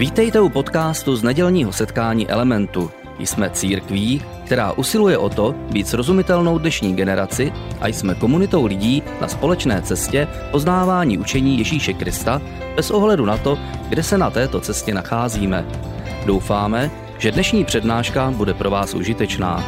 Vítejte u podcastu z nedělního setkání Elementu. Jsme církví, která usiluje o to být srozumitelnou dnešní generaci a jsme komunitou lidí na společné cestě poznávání učení Ježíše Krista bez ohledu na to, kde se na této cestě nacházíme. Doufáme, že dnešní přednáška bude pro vás užitečná.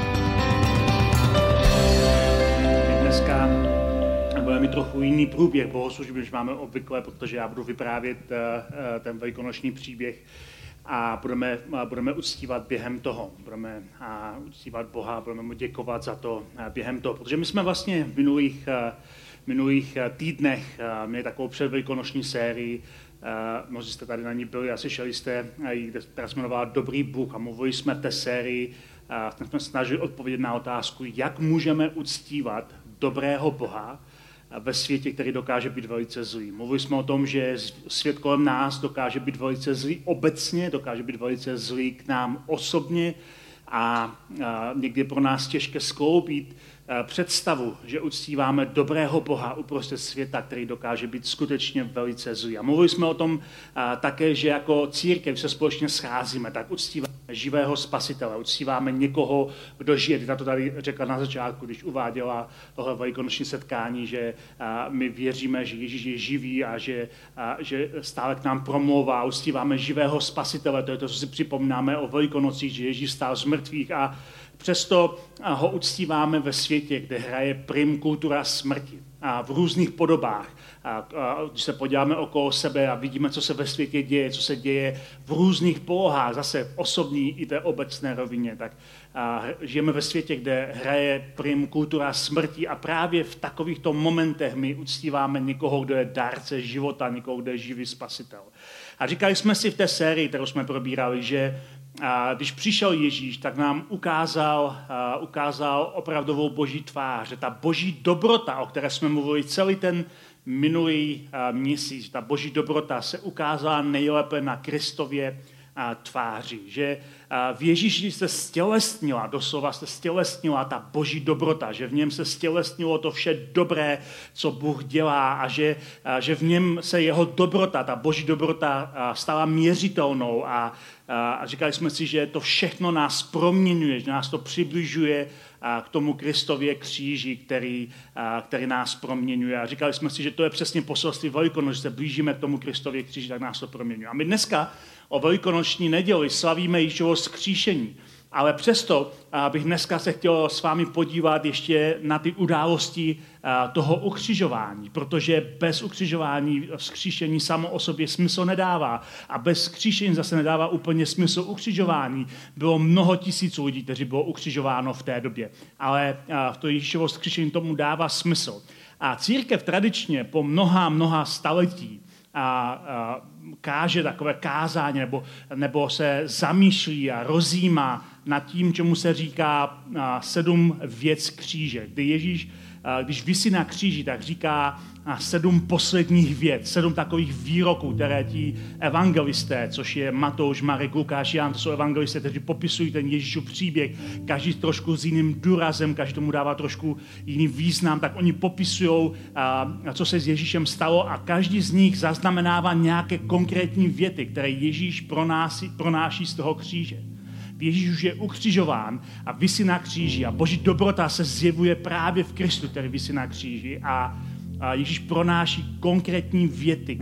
Dneska budeme mít trochu jiný průběh bohoslužby, než máme obvykle, protože já budu vyprávět ten velikonoční příběh a budeme uctívat během toho. Budeme uctívat Boha, budeme mu děkovat za to během toho. Protože my jsme vlastně v minulých týdnech měli takovou předvelikonoční sérii. Mnozí jste tady na ní byli a slyšeli jste, která se jmenovala Dobrý Bůh, a mluvili jsme v té sérii, jsme snažili odpovědět na otázku, jak můžeme uctívat dobrého Boha ve světě, který dokáže být velice zlý. Mluvili jsme o tom, že svět kolem nás dokáže být velice zlý obecně, dokáže být velice zlý k nám osobně a někdy je pro nás těžké skloubit představu, že uctíváme dobrého Boha uprostřed světa, který dokáže být skutečně velice zlý. A mluvili jsme o tom také, že jako církev se společně scházíme, tak uctíváme živého spasitele, uctíváme někoho, kdo žije. Ty to tady řekla na začátku, když uváděla tohle velikonoční setkání, že my věříme, že Ježíš je živý a že stále k nám promlouvá. Uctíváme živého spasitele, to je to, co si připomínáme o Velikonocích, že Ježíš stál z mrtvých a přesto ho uctíváme ve světě, kde hraje prim kultura smrti a v různých podobách. Když se podíváme okolo sebe a vidíme, co se ve světě děje, co se děje v různých polohách, zase v osobní i té obecné rovině, tak žijeme ve světě, kde hraje prim kultura smrti a právě v takovýchto momentech my uctíváme někoho, kdo je dárce života, někoho, kdo je živý spasitel. A říkali jsme si v té sérii, kterou jsme probírali, že když přišel Ježíš, tak nám ukázal opravdovou boží tvář, že ta boží dobrota, o které jsme mluvili celý ten minulý měsíc, ta boží dobrota se ukázala nejlépe na Kristově tváři, že v Ježíši se stělesnila, doslova se stělesnila ta boží dobrota, že v něm se stělesnilo to vše dobré, co Bůh dělá a že v něm se jeho dobrota, ta boží dobrota stala měřitelnou a říkali jsme si, že to všechno nás proměňuje, že nás to přibližuje k tomu Kristově kříži, který nás proměňuje. A říkali jsme si, že to je přesně poselství Velikonoc, že se blížíme k tomu Kristově kříži, tak nás to proměňuje. A my dneska o Velikonoční neděli slavíme Ježíšovo vzkříšení. Ale přesto bych dneska se chtěl s vámi podívat ještě na ty události toho ukřižování, protože bez ukřižování vzkříšení samo o sobě smysl nedává. A bez vzkříšení zase nedává úplně smysl ukřižování. Bylo mnoho tisíců lidí, kteří bylo ukřižováno v té době. Ale v to Ježíšovo vzkříšení tomu dává smysl. A církev tradičně po mnoha staletí káže takové kázání, nebo se zamýšlí a rozjímá nad tím, čemu se říká 7 věc kříže. Kdy Ježíš, když visí na kříži, tak říká 7 posledních věc, 7 takových výroků, které ti evangelisté, což je Matouš, Marek, Lukáš, Jan, to jsou evangelisté, kteří popisují ten Ježíšův příběh, každý trošku s jiným důrazem, každý tomu dává trošku jiný význam, tak oni popisují, co se s Ježíšem stalo a každý z nich zaznamenává nějaké konkrétní věty, které Ježíš pronáší z toho kříže. Ježíš už je ukřižován a visí na kříži a boží dobrota se zjevuje právě v Kristu, který visí na kříži a Ježíš pronáší konkrétní věty,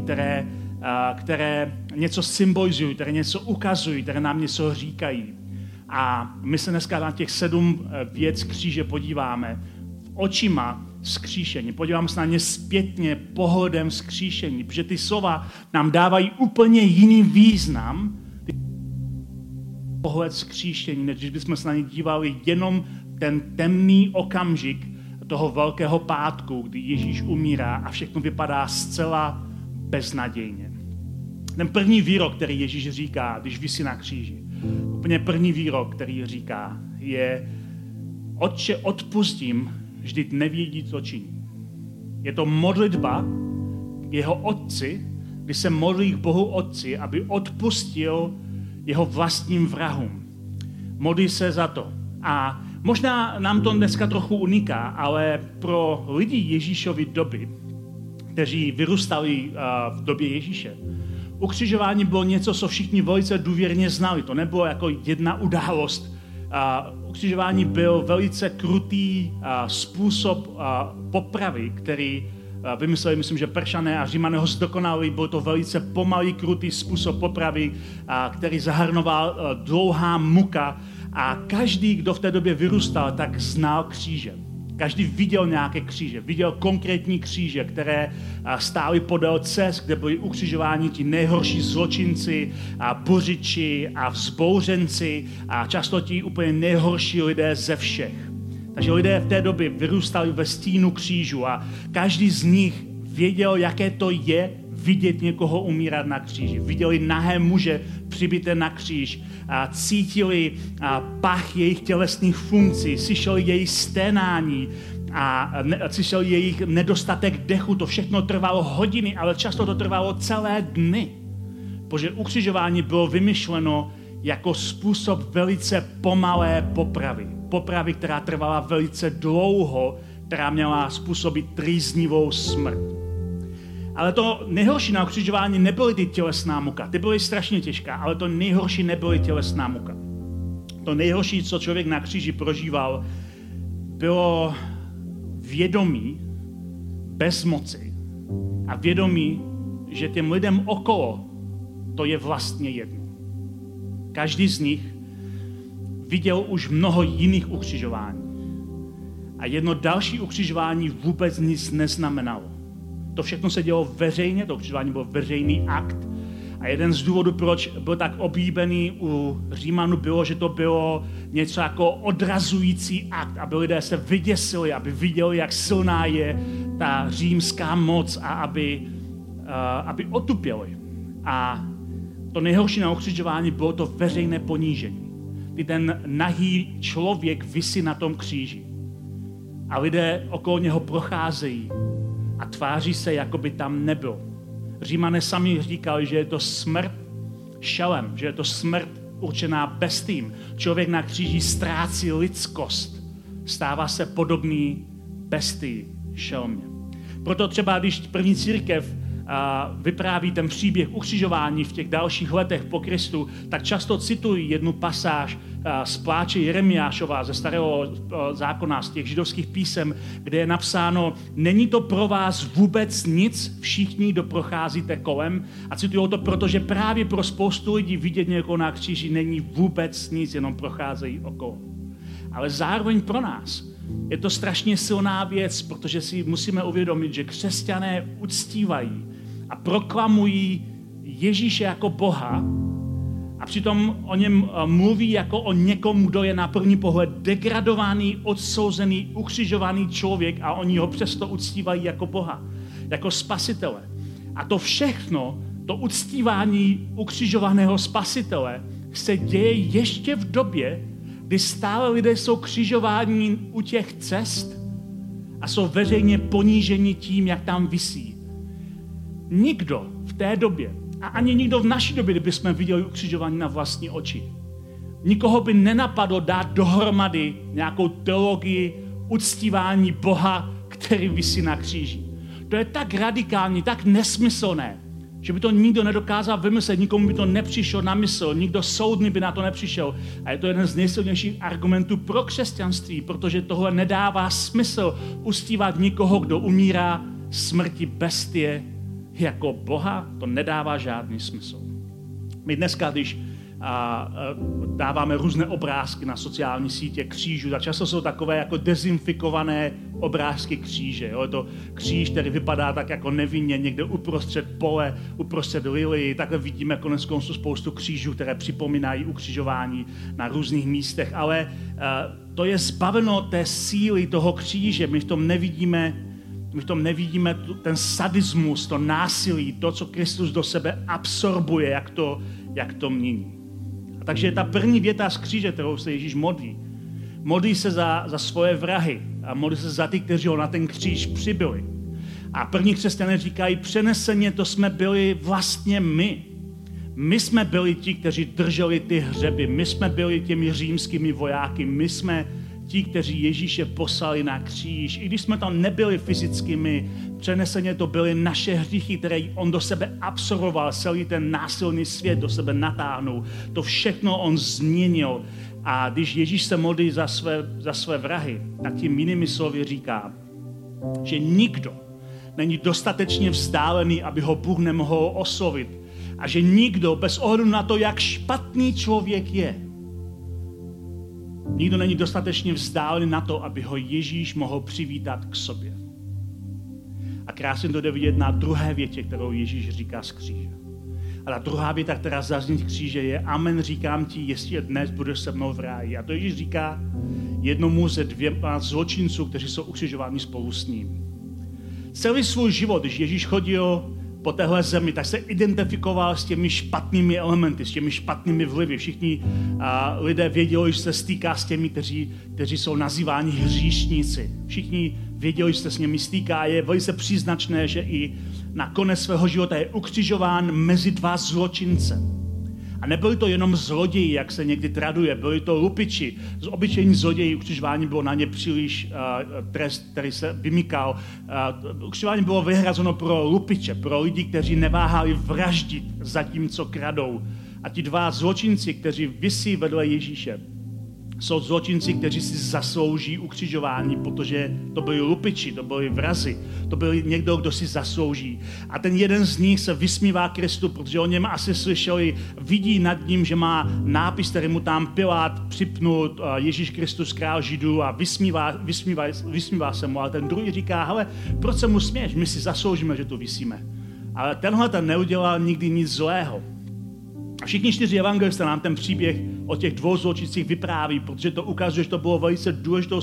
které něco symbolizují, které něco ukazují, které nám něco říkají. A my se dneska na těch 7 věc kříže podíváme očima vzkříšení. Podíváme se na ně zpětně pohledem vzkříšení, protože ty slova nám dávají úplně jiný význam, pohled vzkříšení, než když bychom se na ně dívali jenom ten temný okamžik toho velkého pátku, kdy Ježíš umírá a všechno vypadá zcela beznadějně. Ten první výrok, který Ježíš říká, když visí na kříži, úplně první výrok, který říká, je: Otče, odpustím, vždyť nevědí, co činí. Je to modlitba k jeho otci, kdy se modlí k Bohu Otci, aby odpustil jeho vlastním vrahům. Modlí se za to. A možná nám to dneska trochu uniká, ale pro lidi Ježíšovy doby, kteří vyrůstali v době Ježíše, Ukřižování bylo něco, co všichni velice důvěrně znali. To nebylo jako jedna událost. Ukřižování byl velice krutý způsob popravy, který vymysleli, myslím, že Peršané a Římané ho zdokonalili. Byl to velice pomalý, krutý způsob popravy, který zahrnoval dlouhá muka. A každý, kdo v té době vyrůstal, tak znal kříže. Každý viděl nějaké kříže, viděl konkrétní kříže, které stály podél cest, kde byli ukřižováni ti nejhorší zločinci, bořiči a vzbouřenci a často ti úplně nejhorší lidé ze všech. Takže lidé v té době vyrůstali ve stínu křížu a každý z nich věděl, jaké to je vidět někoho umírat na kříži. Viděli nahé muže přibité na kříž, a cítili pach jejich tělesných funkcí, slyšeli jejich sténání a slyšeli jejich nedostatek dechu. To všechno trvalo hodiny, ale často to trvalo celé dny. Protože ukřižování bylo vymyšleno jako způsob velice pomalé popravy. Popravy, která trvala velice dlouho, která měla způsobit trýznivou smrt. Ale to nejhorší na ukřižování nebyly ty tělesná muka. Ty byly strašně těžká, ale to nejhorší nebyly tělesná muka. To nejhorší, co člověk na kříži prožíval, bylo vědomí bezmoci a vědomí, že těm lidem okolo to je vlastně jedno. Každý z nich viděl už mnoho jiných ukřižování. A jedno další ukřižování vůbec nic neznamenalo. To všechno se dělo veřejně, to ukřižování byl veřejný akt. A jeden z důvodů, proč byl tak oblíbený u Římanů, bylo, že to bylo něco jako odrazující akt, aby lidé se vyděsili, aby viděli, jak silná je ta římská moc a aby otupěli. A to nejhorší na ukřižování bylo to veřejné ponížení. Kdy ten nahý člověk visí na tom kříži. A lidé okolo něho procházejí a tváří se, jako by tam nebyl. Římané sami říkali, že je to smrt šelem, že je to smrt určená bestím. Člověk na kříži ztrácí lidskost, stává se podobný bestii, šelmě. Proto třeba, když první církev vypráví ten příběh ukřižování v těch dalších letech po Kristu, tak často citují jednu pasáž z pláče Jeremiášova ze Starého zákona, z těch židovských písem, kde je napsáno: není to pro vás vůbec nic, všichni, kdo procházíte kolem. A citují to, protože právě pro spoustu lidí vidět někoho na kříži není vůbec nic, jenom procházejí okolo. Ale zároveň pro nás je to strašně silná věc, protože si musíme uvědomit, že křesťané uctívají a proklamují Ježíše jako Boha a přitom o něm mluví jako o někom, kdo je na první pohled degradovaný, odsouzený, ukřižovaný člověk a oni ho přesto uctívají jako Boha, jako spasitele. A to všechno, to uctívání ukřižovaného spasitele se děje ještě v době, kdy stále lidé jsou křižováni u těch cest a jsou veřejně poníženi tím, jak tam visí. Nikdo v té době, a ani nikdo v naší době, kdyby jsme viděli ukřižování na vlastní oči, nikoho by nenapadlo dát dohromady nějakou teologii uctívání Boha, který visí na kříži. To je tak radikální, tak nesmyslné, že by to nikdo nedokázal vymyslet, nikomu by to nepřišlo na mysl, nikdo soudný by na to nepřišel. A je to jeden z nejsilnějších argumentů pro křesťanství, protože tohle nedává smysl uctívat někoho, kdo umírá smrti bestie jako Boha. To nedává žádný smysl. My dneska, když dáváme různé obrázky na sociální sítě křížů, tak často jsou takové jako dezinfikované obrázky kříže. Jo? Je to kříž, který vypadá tak jako nevinně někde uprostřed pole, uprostřed lily. Takhle vidíme koneckonců spoustu křížů, které připomínají ukřižování na různých místech. Ale to je zbaveno té síly toho kříže. My v tom nevidíme ten sadismus, to násilí, to, co Kristus do sebe absorbuje, jak to mění. A takže ta první věta z kříže, kterou se Ježíš modlí. Modlí se za svoje vrahy a modlí se za ty, kteří ho na ten kříž přibyli. A první křesťané říkají, přeneseně to jsme byli vlastně my. My jsme byli ti, kteří drželi ty hřeby, my jsme byli těmi římskými vojáky, my jsme ti, kteří Ježíše poslali na kříž. I když jsme tam nebyli fyzicky my, přeneseně to byly naše hříchy, které on do sebe absorboval, celý ten násilný svět do sebe natáhnul. To všechno on změnil. A když Ježíš se modlí za své vrahy, tak tím jinými slovy říká, že nikdo není dostatečně vzdálený, aby ho Bůh nemohl oslovit. A že nikdo, bez ohledu na to, jak špatný člověk je, nikdo není dostatečně vzdálený na to, aby ho Ježíš mohl přivítat k sobě. A krásně to jde vidět na druhé větě, kterou Ježíš říká z kříže. A ta druhá věta, která zazní z kříže, je amen, říkám ti, jestli dnes budeš se mnou v ráji. A to Ježíš říká jednomu ze 2 zločinců, kteří jsou ukřižováni spolu s ním. Celý svůj život, když Ježíš chodil po téhle zemi, tak se identifikoval s těmi špatnými elementy, s těmi špatnými vlivy. Všichni lidé věděli, že se stýká s těmi, kteří jsou nazýváni hříšníci. Všichni věděli, že se s nimi stýká a je velice příznačné, že i na konec svého života je ukřižován mezi 2 zločince. A nebyli to jenom zloději, jak se někdy traduje, byli to lupiči. Z obyčejní zloději ukřižování bylo na ně příliš trest, který se vymykal. Ukřižování bylo vyhrazeno pro lupiče, pro lidi, kteří neváhali vraždit zatímco kradou. A ti 2 zločinci, kteří visí vedle Ježíše, jsou zločinci, kteří si zaslouží ukřižování, protože to byli lupiči, to byli vrazi, to byl někdo, kdo si zaslouží. A ten jeden z nich se vysmívá Kristu, protože o něm asi slyšeli, vidí nad ním, že má nápis, který mu tam Pilát připnul, Ježíš Kristus, král Židů, a vysmívá se mu. Ale ten druhý říká, hele, proč se mu směješ? My si zasloužíme, že tu visíme. Ale tenhle ten neudělal nikdy nic zlého. A všichni 4 evangelisté nám ten příběh o těch 2 zločincích vypráví, protože to ukazuje, že to bylo velice důležitou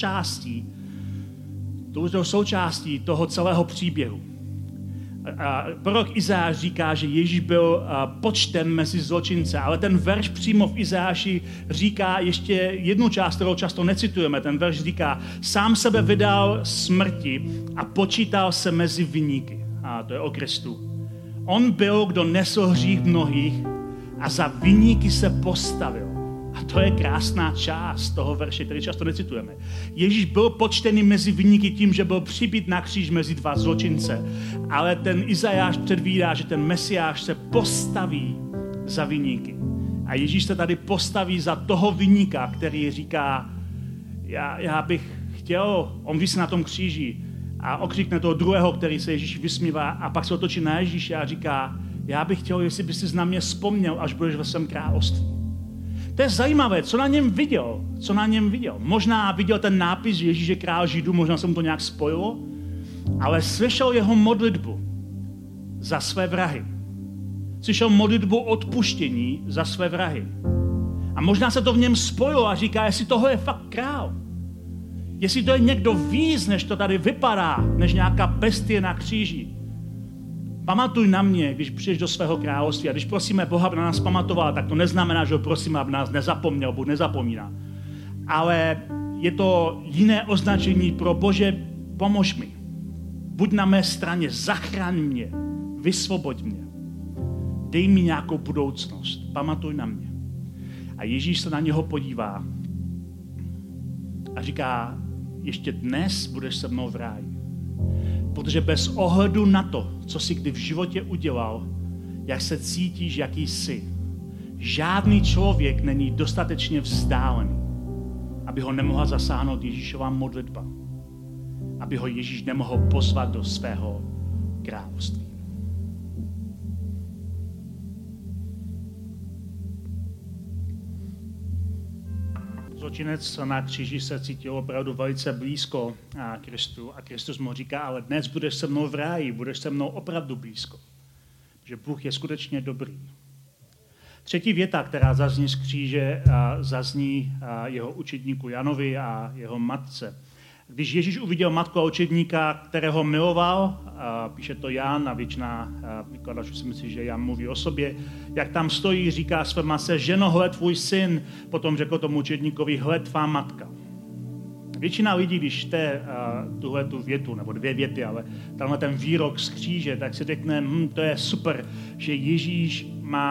součástí toho celého příběhu. A prorok Izajáš říká, že Ježíš byl počten mezi zločince, ale ten verš přímo v Izajáši říká ještě jednu část, kterou často necitujeme. Ten verš říká, sám sebe vydal smrti a počítal se mezi viníky. A to je o Kristu. On byl, kdo nesl hřích mnohých, a za viníky se postavil. A to je krásná část toho verše, který často necitujeme. Ježíš byl počtený mezi viníky tím, že byl přibit na kříž mezi 2 zločince. Ale ten Izajáš předvídá, že ten Mesiáš se postaví za viníky. A Ježíš se tady postaví za toho viníka, který říká, já bych chtěl, on visí na tom kříži a okřikne toho druhého, který se Ježíš vysmívá, a pak se otočí na Ježíše a říká, já bych chtěl, jestli bys si na mě vzpomněl, až budeš ve svém království. To je zajímavé, co na něm viděl. Možná viděl ten nápis, že Ježíš je král Židů, možná se mu to nějak spojilo, ale slyšel jeho modlitbu za své vrahy. Slyšel modlitbu odpuštění za své vrahy. A možná se to v něm spojilo a říká, jestli tohle je fakt král. Jestli to je někdo víc, než to tady vypadá, než nějaká bestie na kříži. Pamatuj na mě, když přijdeš do svého království. A když prosíme Boha, aby na nás pamatoval, tak to neznamená, že ho prosíme, aby nás nezapomněl. Bůh nezapomíná. Ale je to jiné označení pro Bože, pomož mi. Buď na mé straně, zachraň mě, vysvoboď mě. Dej mi nějakou budoucnost. Pamatuj na mě. A Ježíš se na něho podívá a říká, ještě dnes budeš se mnou v ráji. Protože bez ohledu na to, co jsi kdy v životě udělal, jak se cítíš, jaký jsi, žádný člověk není dostatečně vzdálený, aby ho nemohla zasáhnout Ježíšova modlitba, aby ho Ježíš nemohl pozvat do svého království. Zločinec na kříži se cítil opravdu velice blízko Kristu a Kristus mu říká, ale dnes budeš se mnou v ráji, budeš se mnou opravdu blízko, že Bůh je skutečně dobrý. Třetí věta, která zazní z kříže, zazní jeho učedníku Janovi a jeho matce. Když Ježíš uviděl matku a učedníka, kterého miloval, píše to Jan a většina vykladačů si myslí, že Jan mluví o sobě, jak tam stojí, říká své matce, ženo, hled tvůj syn, potom řekl tomu učedníkovi, hled tvá matka. Většina lidí, když čte tuhletu větu, nebo 2 věty, ale tenhle ten výrok z kříže, tak si řekne, to je super, že Ježíš má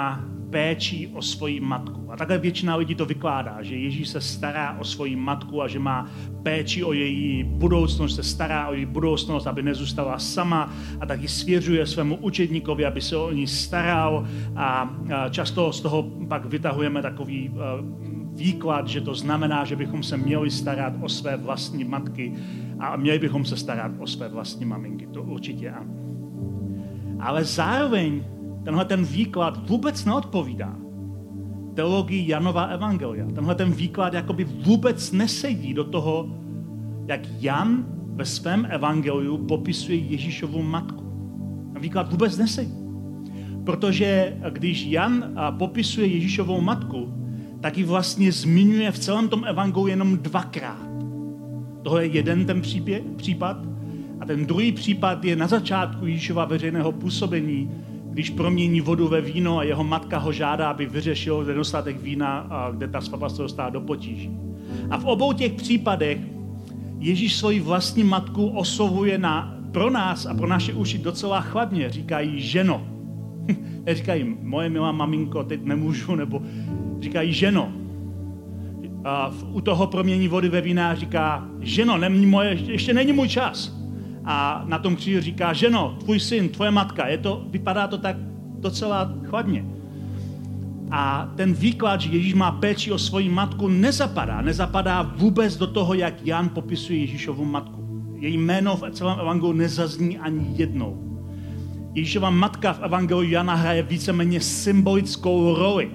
péčí o svoji matku. A takhle většina lidí to vykládá, že Ježíš se stará o svoji matku a že má péči o její budoucnost, se stará o její budoucnost, aby nezůstala sama a taky svěřuje svému učedníkovi, aby se o ní staral a často z toho pak vytahujeme takový výklad, že to znamená, že bychom se měli starat o své vlastní matky a měli bychom se starat o své vlastní maminky. To určitě ano. Ale zároveň tenhle ten výklad vůbec neodpovídá teologii Janova evangelia. Tenhle ten výklad jakoby vůbec nesedí do toho, jak Jan ve svém evangeliu popisuje Ježíšovu matku. Ten výklad vůbec nesedí. Protože když Jan popisuje Ježíšovou matku, tak ji vlastně zmiňuje v celém tom evangeliu jenom dvakrát. Tohle je jeden ten případ a ten druhý případ je na začátku Ježíšova veřejného působení, když promění vodu ve víno a jeho matka ho žádá, aby vyřešil nedostatek vína, kde ta svatba se dostala do potíží. A v obou těch případech Ježíš svoji vlastní matku oslovuje pro nás a pro naše uši docela chladně. Říkají ženo. Neříkají moje milá maminko, teď nemůžu, nebo říkají ženo. A u toho promění vody ve vína říká ženo, ještě není můj čas. A na tom kříži říká ženo, tvůj syn, tvoje matka. Vypadá to tak docela chladně. A ten výklad, že Ježíš má péči o svoji matku, nezapadá vůbec do toho, jak Jan popisuje Ježíšovu matku. Její jméno v celém evangeliu nezazní ani jednou. Ježíšova matka v evangeliu Jana hraje víceméně symbolickou roli.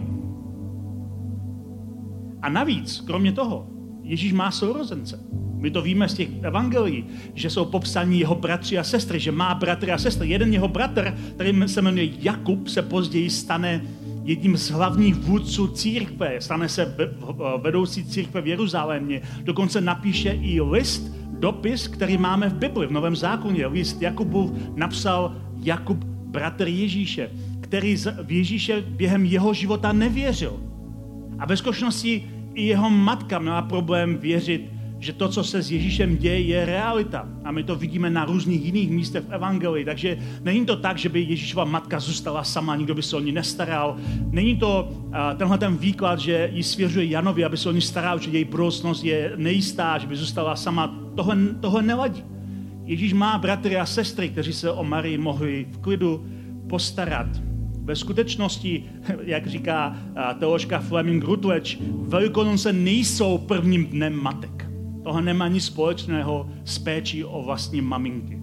A navíc, kromě toho, Ježíš má sourozence. My to víme z těch evangelií, že jsou popsaní jeho bratři a sestry, že má bratry a sestry. Jeden jeho bratr, který se jmenuje Jakub, se později stane jedním z hlavních vůdců církve, stane se vedoucí církve v Jeruzalémě. Dokonce napíše i dopis, který máme v Bibli, v Novém zákoně. List Jakubův napsal Jakub, bratr Ježíše, který v Ježíše během jeho života nevěřil. A ve skutečnosti i jeho matka měla problém věřit, že to, co se s Ježíšem děje, je realita. A my to vidíme na různých jiných místech v evangelii. Takže není to tak, že by Ježíšova matka zůstala sama, nikdo by se o ní nestaral. Není to tenhle ten výklad, že ji svěřuje Janovi, aby se o ní staral, že její budoucnost je nejistá, že by zůstala sama. Tohle neladí. Ježíš má bratry a sestry, kteří se o Marii mohli v klidu postarat. Ve skutečnosti, jak říká teoložka Fleming Rutledge, Velikonoce nejsou prvním dnem matek. Tohle nemá nic společného s péčí o vlastní maminky.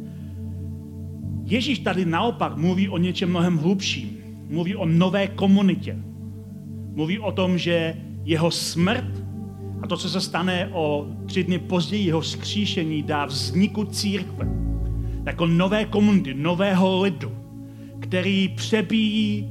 Ježíš tady naopak mluví o něčem mnohem hlubším. Mluví o nové komunitě. Mluví o tom, že jeho smrt a to, co se stane o 3 dny později, jeho vzkříšení, dá vzniku církve. Jako nové komunity, nového lidu, který přebíjí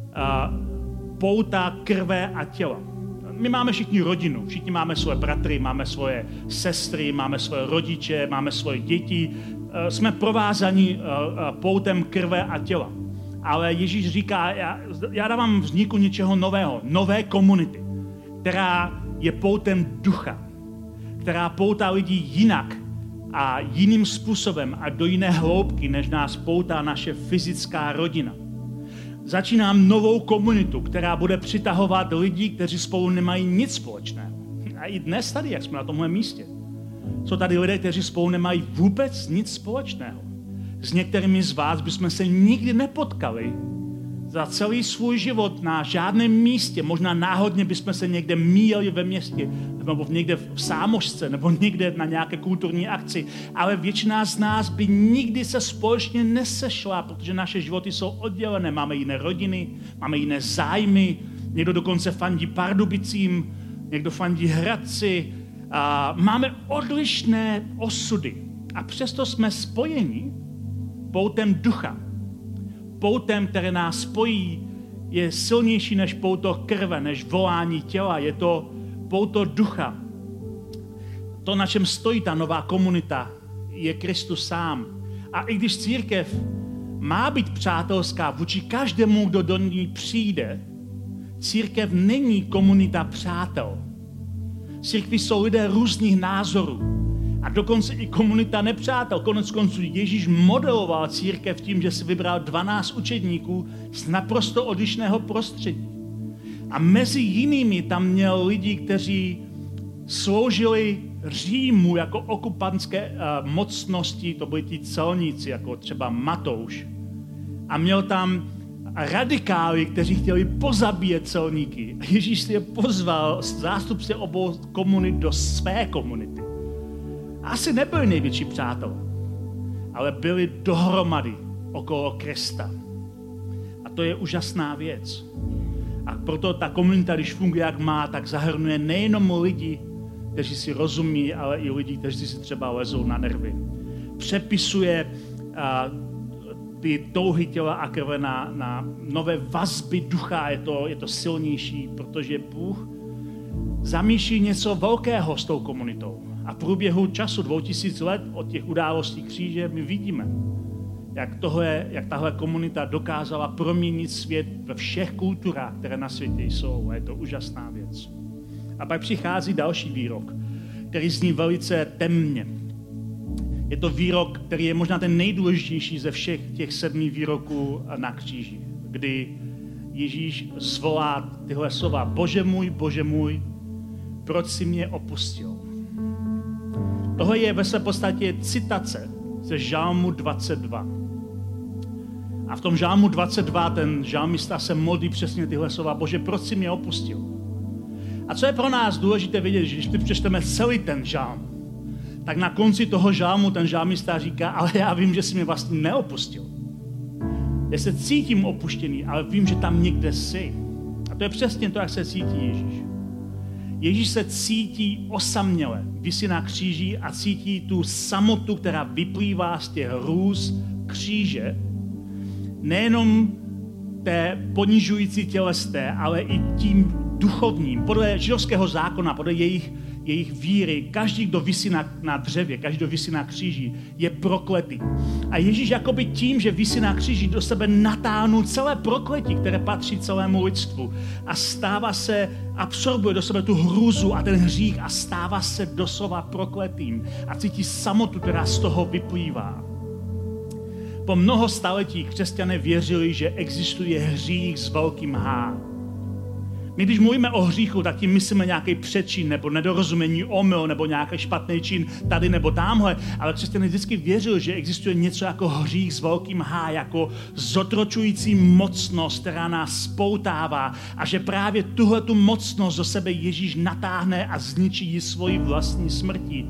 pouta krve a těla. My máme všichni rodinu, všichni máme svoje bratry, máme svoje sestry, máme svoje rodiče, máme svoje děti. Jsme provázaní poutem krve a těla. Ale Ježíš říká, já dávám vzniku něčeho nového, nové komunity, která je poutem ducha, která poutá lidi jinak a jiným způsobem a do jiné hloubky, než nás poutá naše fyzická rodina. Začínám novou komunitu, která bude přitahovat lidi, kteří spolu nemají nic společného. A i dnes tady, jak jsme na tomhle místě, jsou tady lidé, kteří spolu nemají vůbec nic společného. S některými z vás bychom se nikdy nepotkali za celý svůj život na žádném místě. Možná náhodně bychom se někde míjeli ve městě, nebo někde v sámošce, nebo někde na nějaké kulturní akci. Ale většina z nás by nikdy se společně nesešla, protože naše životy jsou oddělené. Máme jiné rodiny, máme jiné zájmy, někdo dokonce fandí Pardubicím, někdo fandí Hradci. Máme odlišné osudy. A přesto jsme spojeni poutem ducha. Poutem, které nás spojí, je silnější než pouto krve, než volání těla. Je to pouto ducha. To, na čem stojí ta nová komunita, je Kristus sám. A i když církev má být přátelská vůči každému, kdo do ní přijde, církev není komunita přátel. V církvi jsou lidé různých názorů. A dokonce i komunita nepřátel. Konec konců Ježíš modeloval církev tím, že si vybral 12 učedníků z naprosto odlišného prostředí. A mezi jinými tam měl lidi, kteří sloužili Římu jako okupantské mocnosti, to byli ti celníci, jako třeba Matouš. A měl tam radikály, kteří chtěli pozabíjet celníky. A Ježíš si je pozval, zástupce obou komunit, do své komunity. Asi nebyli největší přátelé, ale byli dohromady okolo Krista. A to je úžasná věc. A proto ta komunita, když funguje jak má, tak zahrnuje nejenom lidi, kteří si rozumí, ale i lidi, kteří si třeba lezou na nervy. Přepisuje ty touhy těla a krve na nové vazby ducha, je to silnější, protože Bůh zamýšlí něco velkého s tou komunitou. A v průběhu času 2000 let od těch událostí kříže my vidíme, jak tahle komunita dokázala proměnit svět ve všech kulturách, které na světě jsou. A je to úžasná věc. A pak přichází další výrok, který zní velice temně. Je to výrok, který je možná ten nejdůležitější ze všech těch 7 výroků na kříži, kdy Ježíš zvolá tyhle slova: Bože můj, proč jsi mě opustil? Tohle je ve své podstatě citace ze Žalmu 22. A v tom Žalmu 22 ten žalmista se modlí přesně tyhle slova: Bože, proč jsi mě opustil? A co je pro nás důležité vidět, že když ty přečteme celý ten žalm, tak na konci toho žalmu ten žalmista říká: ale já vím, že jsi mě vlastně neopustil. Já se cítím opuštěný, ale vím, že tam někde jsi. A to je přesně to, jak se cítí Ježíš. Ježíš se cítí osaměle, visí na kříži a cítí tu samotu, která vyplývá z těch hrůz kříže, nejenom té ponižující tělesné, ale i tím duchovním. Podle židovského zákona, podle jejich víry, každý, kdo visí na dřevě, každý, kdo visí na kříži, je prokletý. A Ježíš jakoby tím, že visí na kříži, do sebe natáhnul celé prokletí, které patří celému lidstvu. A absorbuje do sebe tu hrůzu a ten hřích a stává se doslova prokletým. A cítí samotu, která z toho vyplývá. Po mnoho staletí křesťané věřili, že existuje hřích s velkým H. My, když mluvíme o hříchu, tak tím myslíme nějaký přečin nebo nedorozumění, omyl nebo nějaký špatný čin tady nebo tamhle, ale křesťané vždycky věřili, že existuje něco jako hřích s velkým H, jako zotročující mocnost, která nás spoutává a že právě tuhletu mocnost do sebe Ježíš natáhne a zničí ji svojí vlastní smrtí.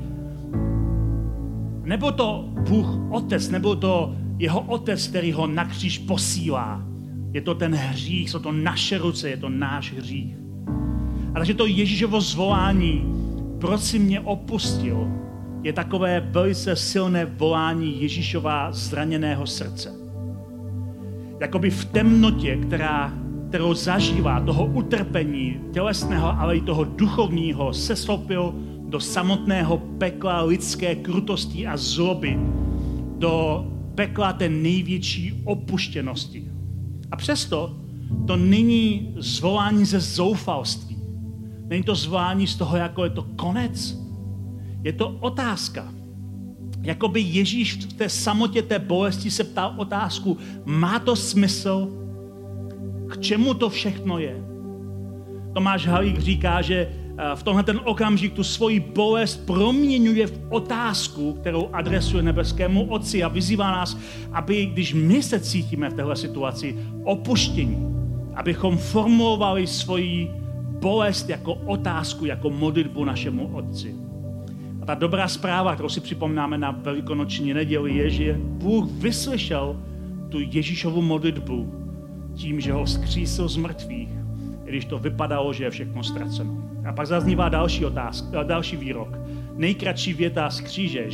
Nebo to Bůh Otec, nebo to jeho Otec, který ho na kříž posílá. Je to ten hřích, jsou to naše ruce, je to náš hřích. A takže to Ježíšovo zvolání, proč jsi mě opustil, je takové velice silné volání Ježíšova zraněného srdce. Jakoby v temnotě, kterou zažívá, toho utrpení tělesného, ale i toho duchovního, sestoupil do samotného pekla lidské krutosti a zloby, do pekla té největší opuštěnosti. A přesto to není zvolání ze zoufalství. Není to zvolání z toho, jako je to konec. Je to otázka. Jakoby Ježíš v té samotě té bolesti se ptal otázku: má to smysl? K čemu to všechno je? Tomáš Halík říká, že v tomhle ten okamžik tu svoji bolest proměňuje v otázku, kterou adresuje nebeskému Otci a vyzývá nás, aby, když my se cítíme v téhle situaci opuštění, abychom formulovali svoji bolest jako otázku, jako modlitbu našemu Otci. A ta dobrá zpráva, kterou si připomínáme na velikonoční neděli, je, že Bůh vyslyšel tu Ježíšovu modlitbu tím, že ho vzkřísil z mrtvých, i když to vypadalo, že je všechno ztraceno. A pak zaznívá další výrok. Nejkratší věta z kříže.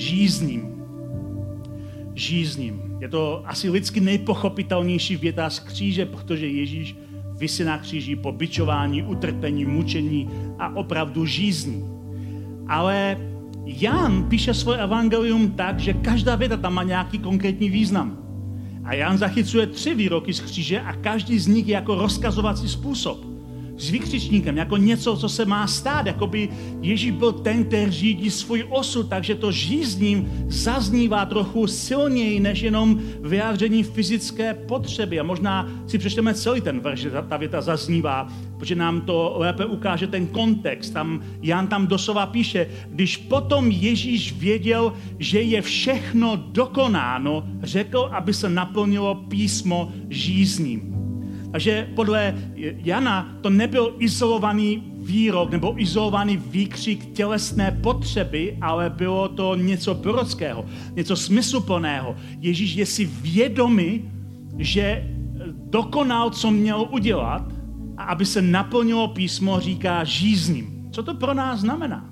Žízním. Je to asi lidsky nejpochopitelnější věta z kříže, protože Ježíš visí na kříži po bičování, utrpení, mučení a opravdu žízní. Ale Jan píše svoje evangelium tak, že každá věta tam má nějaký konkrétní význam. A Jan zachycuje 3 výroky z kříže a každý z nich je jako rozkazovací způsob. s výkřičníkem, jako něco, co se má stát, jako by Ježíš byl ten, který řídí svůj osud, takže to žízním zaznívá trochu silněji, než jenom vyjádření fyzické potřeby. A možná si přečteme celý ten verš, že ta věta zaznívá, protože nám to lépe ukáže ten kontext. Jan tam doslova píše, když potom Ježíš věděl, že je všechno dokonáno, řekl, aby se naplnilo písmo žízním. Takže podle Jana to nebyl izolovaný výrok nebo izolovaný výkřik tělesné potřeby, ale bylo to něco prorockého, něco smysluplného. Ježíš je si vědomý, že dokonal, co měl udělat, a aby se naplnilo písmo, říká žízním. Co to pro nás znamená?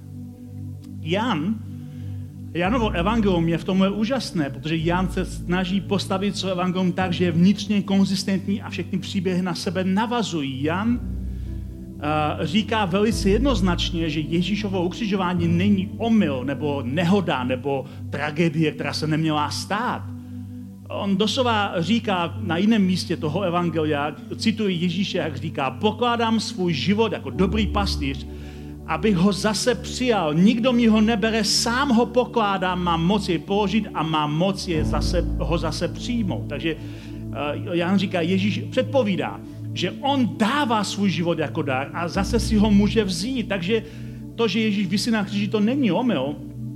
Janovo evangelium je v tomhle úžasné, protože Jan se snaží postavit své evangelium tak, že je vnitřně konzistentní a všechny příběhy na sebe navazují. Jan říká velice jednoznačně, že Ježíšovo ukřižování není omyl nebo nehoda nebo tragédie, která se neměla stát. On doslova říká na jiném místě toho evangelia, cituji Ježíše, jak říká, pokládám svůj život jako dobrý pastýř, abych ho zase přijal. Nikdo mi ho nebere, sám ho pokládám, mám moc jej položit a mám moc ho zase přijmout. Takže Jan říká, Ježíš předpovídá, že on dává svůj život jako dar a zase si ho může vzít. Takže to, že Ježíš visí na kříži, to není omyl.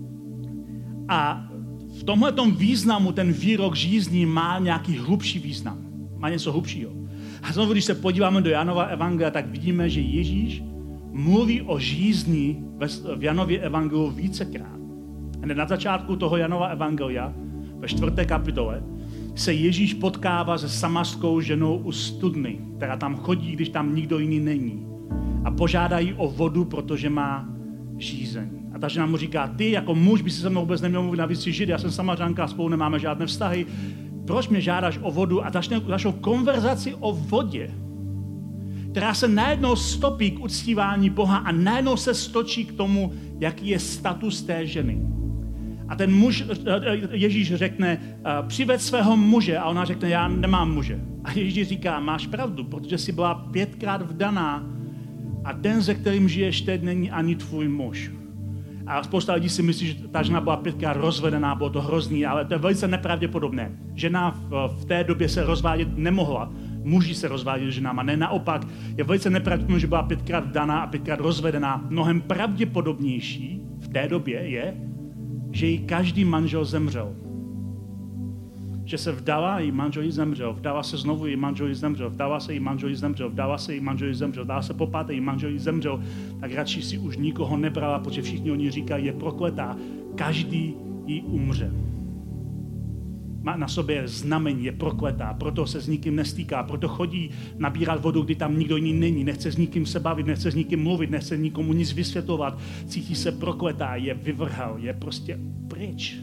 A v tomhletom významu ten výrok žízní má nějaký hlubší význam. Má něco hlubšího. A znovu, když se podíváme do Janova evangelia, tak vidíme, že Ježíš mluví o žízni v Janově evangeliu vícekrát. Hned na začátku toho Janova evangelia, ve 4. kapitole, se Ježíš potkává se samarskou ženou u studny, která tam chodí, když tam nikdo jiný není. A požádá jí o vodu, protože má žízeň. A ta žena mu říká, ty jako muž by si se mnou vůbec neměl mluvit, navíc si Žid, já jsem Samařanka, spolu nemáme žádné vztahy. Proč mě žádáš o vodu? A začnou konverzaci o vodě, která se najednou stopí k uctívání Boha a najednou se stočí k tomu, jaký je status té ženy. A ten muž, Ježíš řekne, přived svého muže, a ona řekne, já nemám muže. A Ježíš říká, máš pravdu, protože jsi byla 5krát vdaná a ten, se kterým žiješ teď, není ani tvůj muž. A spousta lidí si myslí, že ta žena byla 5krát rozvedená, bylo to hrozný, ale to je velice nepravděpodobné. Žena v té době se rozvádět nemohla. Muži se rozváděli s ženama, ne naopak. Je velice nepravděpodobné, že byla 5krát vdaná a 5krát rozvedená. Mnohem pravděpodobnější v té době je, že jí každý manžel zemřel. Že se vdala, její manžel jí zemřel. Vdala se znovu, její manžel jí zemřel. Vdala se, její manžel jí zemřel. Vdala se, její manžel jí zemřel. Vdala se popáté, její manžel jí zemřel. Tak radši si už nikoho nebrala, protože všichni oni říkají, je prokletá. Každý jí umře. Má na sobě znamení, je prokletá, proto se s nikým nestýká, proto chodí nabírat vodu, kdy tam nikdo jiný není, nechce s nikým se bavit, nechce s nikým mluvit, nechce nikomu nic vysvětlovat, cítí se prokletá, je vyvrhal, je prostě pryč.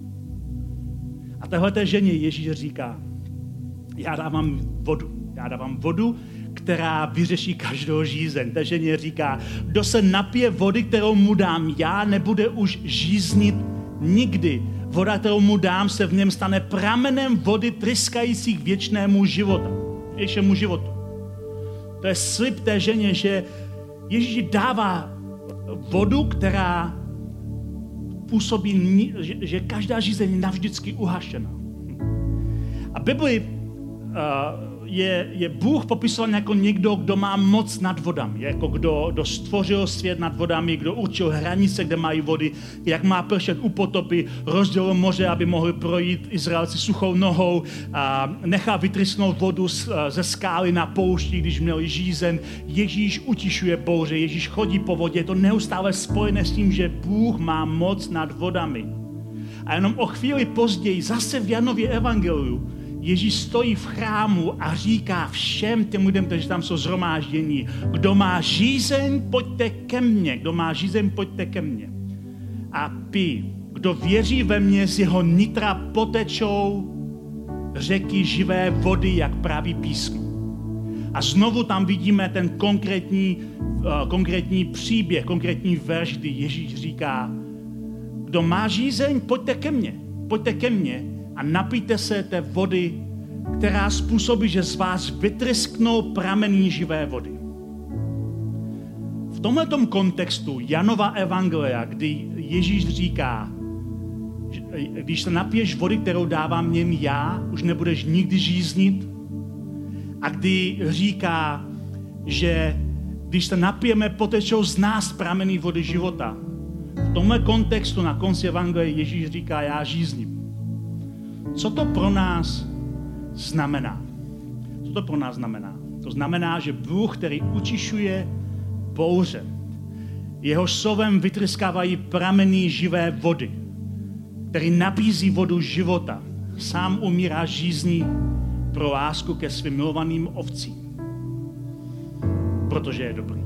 A téhleté ženě Ježíš říká, já dávám vodu, která vyřeší každou žízeň. Té ženě říká, kdo se napije vody, kterou mu dám já, nebude už žíznit nikdy. Voda, kterou mu dám, se v něm stane pramenem vody tryskajících věčnému životu. To je slib té ženě, že Ježíš dává vodu, která působí, že každá žízeň je navždycky uhašena. A Bibli je Bůh popisován jako někdo, kdo má moc nad vodami, jako kdo stvořil svět nad vodami, kdo určil hranice, kde mají vody, jak má pršet u potopy, rozdělil moře, aby mohli projít Izraelci suchou nohou, a nechá vytrysknout vodu ze skály na poušti, když měli žízeň. Ježíš utišuje bouře, Ježíš chodí po vodě, je to neustále spojené s tím, že Bůh má moc nad vodami. A jenom o chvíli později, zase v Janově evangeliu, Ježíš stojí v chrámu a říká všem těm lidem, kteří tam jsou shromáždění, kdo má žízeň, pojďte ke mně. Kdo má žízeň, pojďte ke mně. A pij. Kdo věří ve mě, z jeho nitra potečou řeky živé vody, jak praví písmo. A znovu tam vidíme ten konkrétní příběh, konkrétní verš, kdy Ježíš říká, kdo má žízeň, pojďte ke mně a napijte se té vody, která způsobí, že z vás vytrysknou prameny živé vody. tomhletom kontextu Janova evangelia, kdy Ježíš říká, když se napiješ vody, kterou dávám něm já, už nebudeš nikdy žíznit. A kdy říká, že když se napijeme, potečou z nás prameny vody života. V tomhle kontextu na konci evangelia Ježíš říká, já žízním. Co to pro nás znamená? Co to pro nás znamená? To znamená, že Bůh, který utišuje bouře, jeho slovem vytryskávají prameny živé vody, který nabízí vodu života, sám umírá žízní pro lásku ke svým milovaným ovcím, protože je dobrý.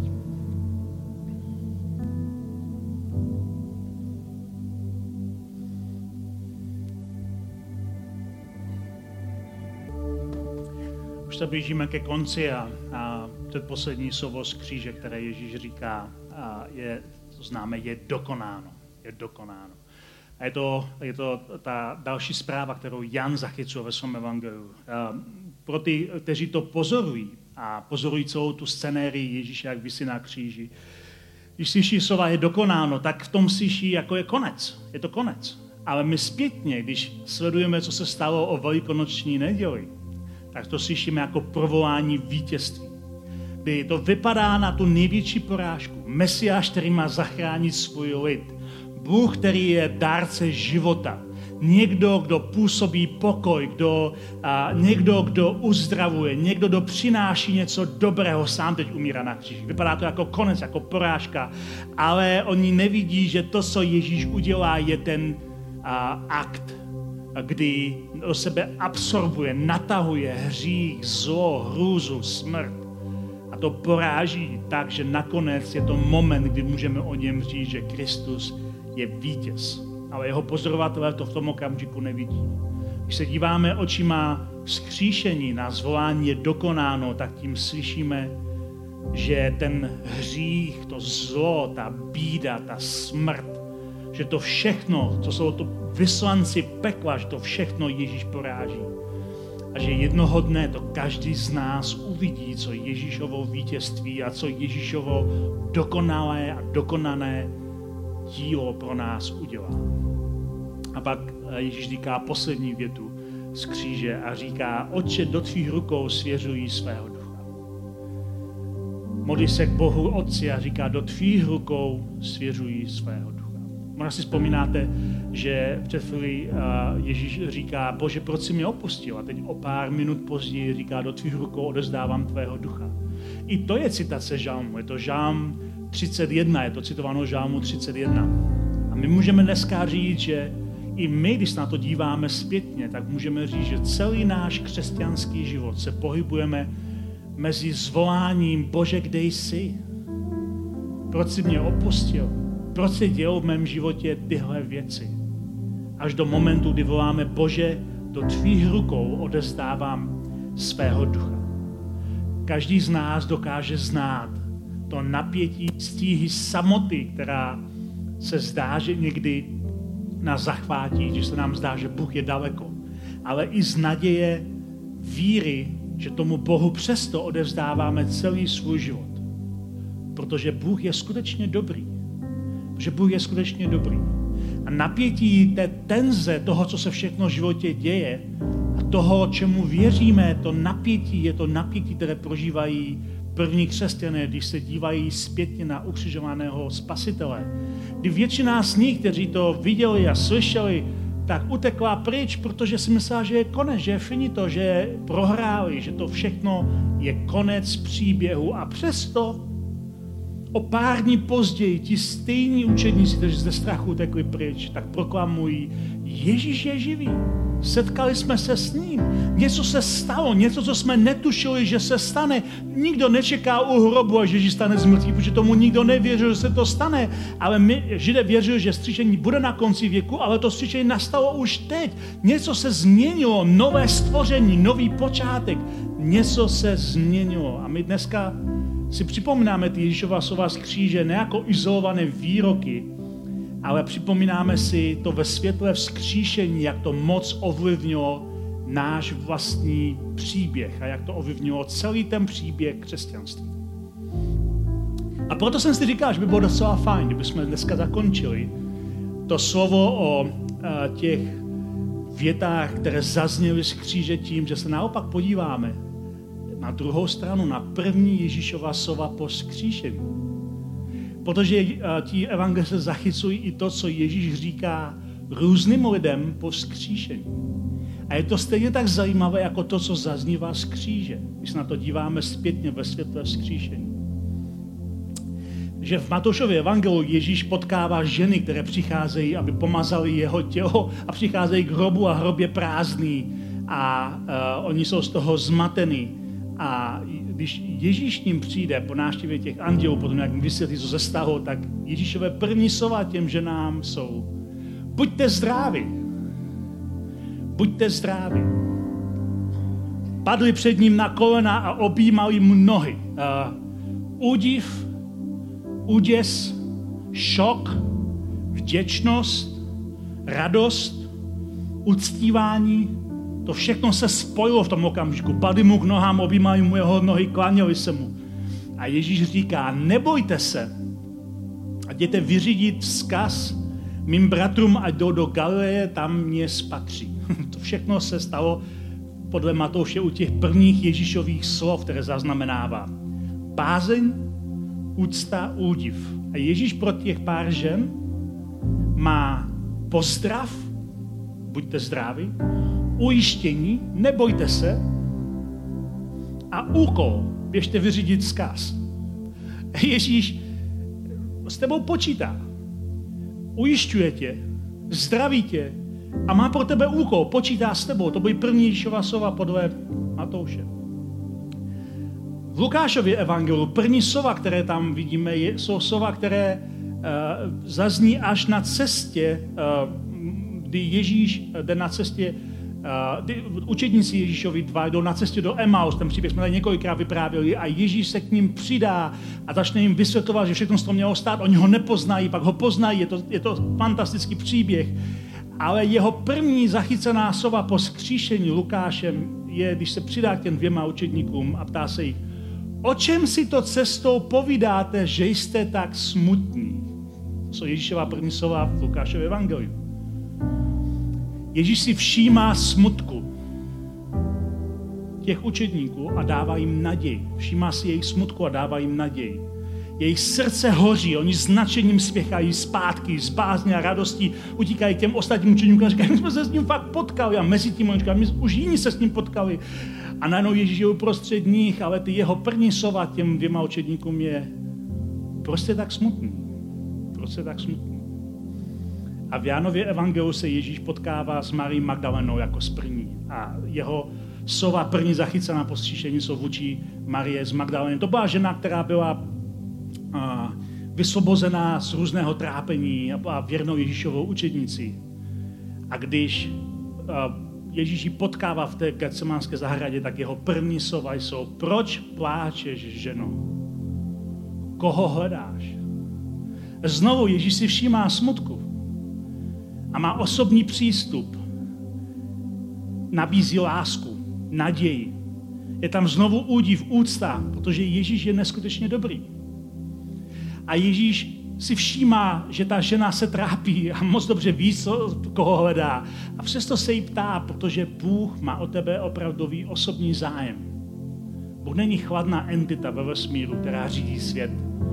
Už se blížíme ke konci a předposlední slovo z kříže, které Ježíš říká, to známe, je dokonáno. Je dokonáno. A je to ta další zpráva, kterou Jan zachycuje ve svém evangeliu. Pro ty, kteří to pozorují a pozorují celou tu scenérii Ježíše, jak visí na kříži, když slyší slova je dokonáno, tak v tom slyší, jako je konec. Je to konec. Ale my zpětně, když sledujeme, co se stalo o velikonoční neděli, tak to slyšíme jako provolání vítězství. Kdy to vypadá na tu největší porážku. Mesiáš, který má zachránit svůj lid. Bůh, který je dárce života. Někdo, kdo působí pokoj, někdo, kdo uzdravuje, někdo, kdo přináší něco dobrého, sám teď umírá na kříži. Vypadá to jako konec, jako porážka, ale oni nevidí, že to, co Ježíš udělá, je ten akt, kdy do sebe absorbuje, natahuje hřích, zlo, hrůzu, smrt. A to poráží tak, že nakonec je to moment, kdy můžeme o něm říct, že Kristus je vítěz. Ale jeho pozorovatelé to v tom okamžiku nevidí. Když se díváme očima vzkříšení na zvolání je dokonáno, tak tím slyšíme, že ten hřích, to zlo, ta bída, ta smrt, že to všechno, co jsou to vyslanci pekla, že to všechno Ježíš poráží. A že jednoho dne to každý z nás uvidí, co Ježíšovo vítězství a co Ježíšovo dokonalé a dokonané dílo pro nás udělá. A pak Ježíš říká poslední větu z kříže a říká, Otče, do tvých rukou svěřuji svého ducha. Modlí se k Bohu Otci a říká, do tvých rukou svěřuji svého ducha. Možná si vzpomínáte, že před chvílí Ježíš říká, Bože, proč jsi mě opustil? A teď o pár minut později říká, do tvých rukou odezdávám tvého ducha. I to je citace žalmu. Je to žalm 31, je to citováno žalmu 31. A my můžeme dneska říct, že i my, když se na to díváme zpětně, tak můžeme říct, že celý náš křesťanský život se pohybujeme mezi zvoláním, Bože, kde jsi? Proč jsi mě opustil? Proč se dělou v mém životě tyhle věci? Až do momentu, kdy voláme, Bože, do tvých rukou odezdávám svého ducha. Každý z nás dokáže znát to napětí stíhy samoty, která se zdá, že někdy nás zachvátí, že se nám zdá, že Bůh je daleko. Ale i z naděje víry, že tomu Bohu přesto odevzdáváme celý svůj život. Protože Bůh je skutečně dobrý. Protože Bůh je skutečně dobrý. A napětí té tenze toho, co se všechno v životě děje a toho, čemu věříme, to napětí je to napětí, které prožívají první křesťané, když se dívají zpětně na ukřižovaného spasitele. Kdy většina z nich, kteří to viděli a slyšeli, tak utekla pryč, protože si myslela, že je konec, že je finito, že prohráli, že to všechno je konec příběhu. A přesto o pár dní později ti stejní učedníci, kteří ze strachu utekli pryč, tak proklamují, Ježíš je živý. Setkali jsme se s ním. Něco se stalo, něco, co jsme netušili, že se stane. Nikdo nečekal u hrobu, až Ježíš stane z mrtvých, protože tomu nikdo nevěřil, že se to stane. Ale my, Židé, věřili, že vzkříšení bude na konci věku, ale to vzkříšení nastalo už teď. Něco se změnilo, nové stvoření, nový počátek. Něco se změnilo. A my dneska si připomínáme ty Ježíšova slova z kříže ne jako izolované výroky, ale připomínáme si to ve světle vzkříšení, jak to moc ovlivnilo náš vlastní příběh a jak to ovlivnilo celý ten příběh křesťanství. A proto jsem si říkal, že by bylo docela fajn, kdybychom dneska zakončili to slovo o těch větách, které zazněly z kříže tím, že se naopak podíváme na druhou stranu, na první Ježíšova slova po vzkříšení. Protože ti evangelisté zachycují i to, co Ježíš říká různým lidem po vzkříšení. A je to stejně tak zajímavé, jako to, co zaznívá z kříže, když se na to díváme zpětně ve světle vzkříšení. Že v Matoušově evangeliu Ježíš potkává ženy, které přicházejí, aby pomazali jeho tělo a přicházejí k hrobu a hrob je prázdný a oni jsou z toho zmatení. A když Ježíš ním přijde po návštěvě těch andělů, potom jak jim vysvětlí, co se stalo, tak Ježíšové první slova těm ženám jsou: buďte zdraví. Buďte zdraví. Padli před ním na kolena a objímali mu nohy. Údiv, úděs, šok, vděčnost, radost, uctívání, to všechno se spojilo v tom okamžiku. Padli mu k nohám, objímali mu jeho nohy, klaněli se mu. A Ježíš říká: nebojte se a jděte vyřídit vzkaz mým bratrům, ať jdou do Galileje, tam mě spatří. To všechno se stalo podle Matouše u těch prvních Ježíšových slov, které zaznamenává. Bázeň, úcta, údiv. A Ježíš pro těch pár žen má pozdrav, buďte zdraví, ujištění, nebojte se, a úkol, běžte vyřídit vzkaz. Ježíš s tebou počítá, ujišťuje tě, zdraví tě a má pro tebe úkol, počítá s tebou. To byly první Ježíšova slova podle Matouše. V Lukášově evangeliu první slova, které tam vidíme, jsou slova, které zazní až na cestě, kdy Ježíš jde na cestě, učedníci Ježíšovi 2 jdou na cestě do Emaus, ten příběh jsme tady několikrát vyprávěli, a Ježíš se k ním přidá a začne jim vysvětlovat, že všechno z toho mělo stát. Oni ho nepoznají, pak ho poznají, je to fantastický příběh. Ale jeho první zachycená slova po vzkříšení Lukášem je, když se přidá k těm 2 učedníkům a ptá se jich: o čem si to cestou povídáte, že jste tak smutní? To jsou Ježíšova první slova v Lukášově evangeliu. Ježíš si všímá smutku těch učedníků a dává jim naději. Všímá si jejich smutku a dává jim naději. Jejich srdce hoří, oni s nadšením spěchají zpátky, z bázně a radostí utíkají k těm ostatním učedníkům a říkají: my jsme se s ním fakt potkali. A mezi tím oni říkají: my už jiní se s ním potkali. A najednou Ježíš je uprostřed nich, ale ty jeho první slova těm 2 učedníkům je: prostě tak smutný. Prostě tak smutný. A v Jánově evangeliu se Ježíš potkává s Marií Magdalenou jako s první. A jeho slova první zachycená po vzkříšení jsou vůči Marie z Magdaleny. To byla žena, která byla vysvobozená z různého trápení a byla věrnou Ježíšovou učednicí. A když Ježíš ji potkává v té Getsemanské zahradě, tak jeho první slova jsou: proč pláčeš, ženo? Koho hledáš? Znovu Ježíš si všímá smutku a má osobní přístup. Nabízí lásku, naději. Je tam znovu údiv, úcta, protože Ježíš je neskutečně dobrý. A Ježíš si všímá, že ta žena se trápí a moc dobře ví, koho hledá. A přesto se jí ptá, protože Bůh má o tebe opravdový osobní zájem. Bůh není chladná entita ve vesmíru, která řídí svět.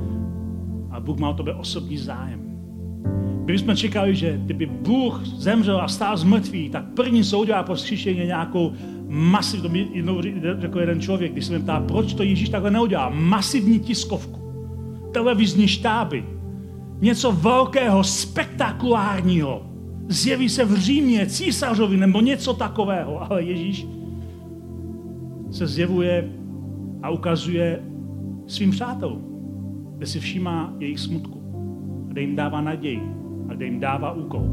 A Bůh má o tebe osobní zájem. Kdybychom čekali, že kdyby Bůh zemřel a stál z mrtvých, tak první, co udělá po vzkříšení, nějakou masivní, to mi jednou řekl jeden člověk, když se mě ptá, proč to Ježíš takhle neudělá, masivní tiskovku, televizní štáby, něco velkého, spektakulárního, zjeví se v Římě, císařovi nebo něco takového, ale Ježíš se zjevuje a ukazuje svým přátelům, kde si všímá jejich smutku, kde jim dává naději a kde jim dává úkol.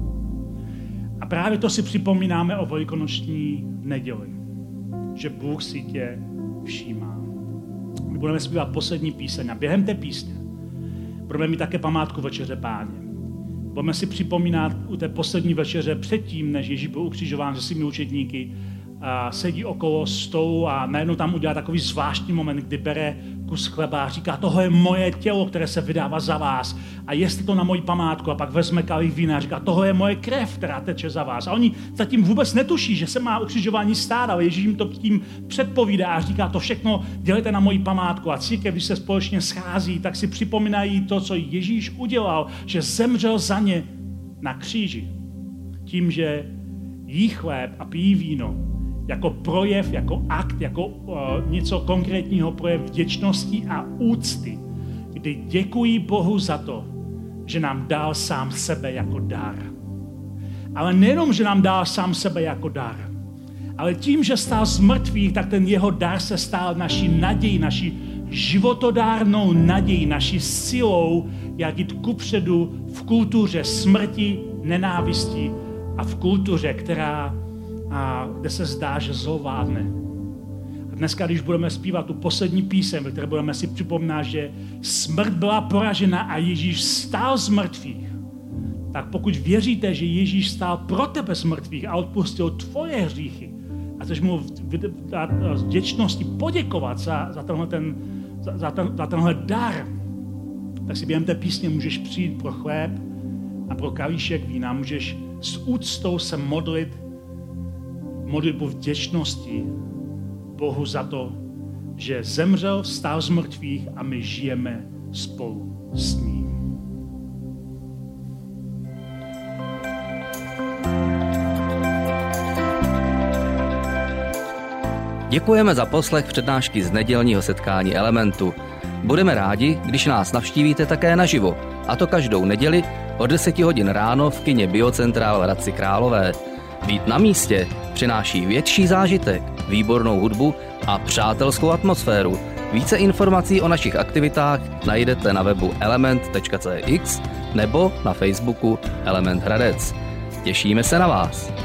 A právě to si připomínáme o velikonoční neděli, že Bůh si tě všímá. My budeme zpívat poslední píseň a během té písně budeme mít také památku Večeře Páně. Budeme si připomínat u té poslední večeře předtím, než Ježíš byl ukřižován se svými učedníky, sedí okolo stolu a najednou tam udělá takový zvláštní moment, kdy bere kus chleba a říká, tohle je moje tělo, které se vydává za vás a jeste to na moji památku, a pak vezme kalich vína a říká, tohle je moje krev, která teče za vás. A oni zatím vůbec netuší, že se má ukřižování stát, ale Ježíš jim to tím předpovídá a říká, to všechno dělejte na moji památku. A církev, když se společně schází, tak si připomínají to, co Ježíš udělal, že zemřel za ně na kříži. Tím, že jí chléb a pijí víno, jako projev, jako akt, jako něco konkrétního, projev vděčnosti a úcty, kdy děkují Bohu za to, že nám dal sám sebe jako dar. Ale nejenom, že nám dal sám sebe jako dar, ale tím, že stál z mrtvých, tak ten jeho dar se stal naší nadějí, naší životodárnou nadějí, naší silou, jak jít kupředu v kultuře smrti, nenávisti a v kultuře, kde se zdá, že zlo vládne. A dneska, když budeme zpívat tu poslední píseň, ve které budeme si připomínat, že smrt byla poražena a Ježíš stál z mrtvých, tak pokud věříte, že Ježíš stál pro tebe z mrtvých a odpustil tvoje hříchy a chceš mu z vděčnosti poděkovat za tenhle dar, tak si během té písně můžeš přijít pro chléb a pro kalíšek vína, můžeš s úctou se modlit modlitbu vděčnosti Bohu za to, že zemřel, vstal z mrtvých a my žijeme spolu s ním. Děkujeme za poslech přednášky z nedělního setkání Elementu. Budeme rádi, když nás navštívíte také naživo, a to každou neděli od 10 hodin ráno v kině Biocentrál v Hradci Králové. Být na místě přináší větší zážitek, výbornou hudbu a přátelskou atmosféru. Více informací o našich aktivitách najdete na webu element.cx nebo na Facebooku Element Hradec. Těšíme se na vás.